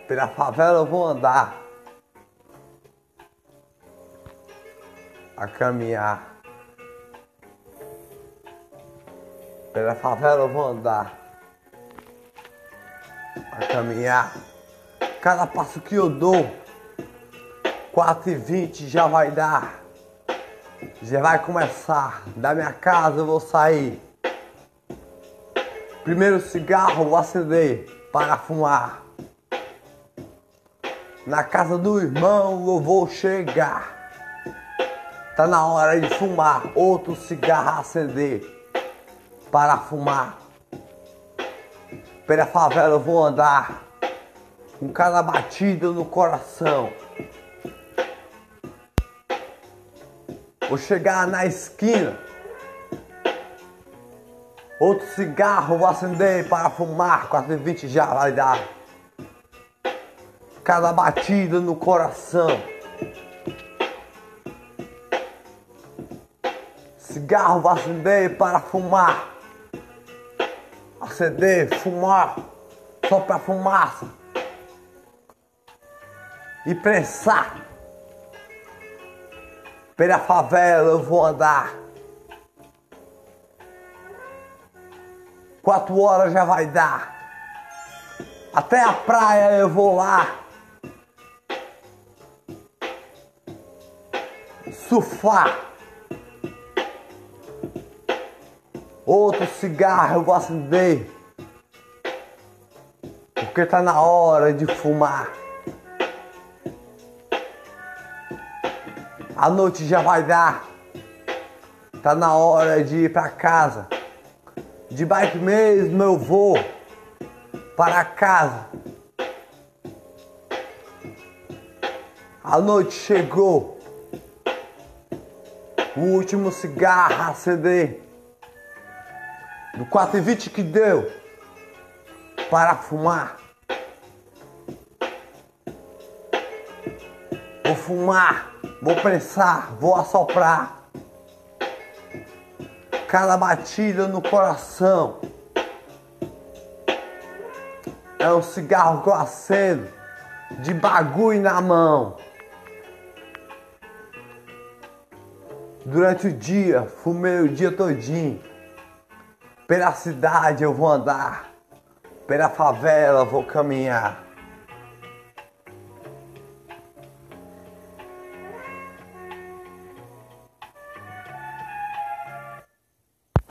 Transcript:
Pela favela eu vou andar, a caminhar. Pela favela eu vou andar, a caminhar. Cada passo que eu dou, 4h20 já vai dar. Já vai começar. Da minha casa eu vou sair. Primeiro cigarro eu vou acender para fumar. Na casa do irmão eu vou chegar. Tá na hora de fumar. Outro cigarro acender para fumar. Pela favela eu vou andar, com cada batida no coração. Vou chegar na esquina, outro cigarro vou acender para fumar. 4h20 já vai dar. Cada batida no coração. Cigarro vou acender para fumar. Acender, fumar, só pra fumaça. E prensar. Pela favela eu vou andar. 4 horas já vai dar. Até a praia eu vou lá. Surfar. Outro cigarro eu vou acender, porque tá na hora de fumar. A noite já vai dar. Tá na hora de ir pra casa. De bike mesmo eu vou para casa. A noite chegou. O último cigarro a acender. Do 4h20 que deu para fumar. Vou fumar, vou prensar, vou assoprar. Cada batida no coração é um cigarro que eu acendo, de bagulho na mão. Durante o dia, fumei o dia todinho. Pela cidade eu vou andar, pela favela eu vou caminhar.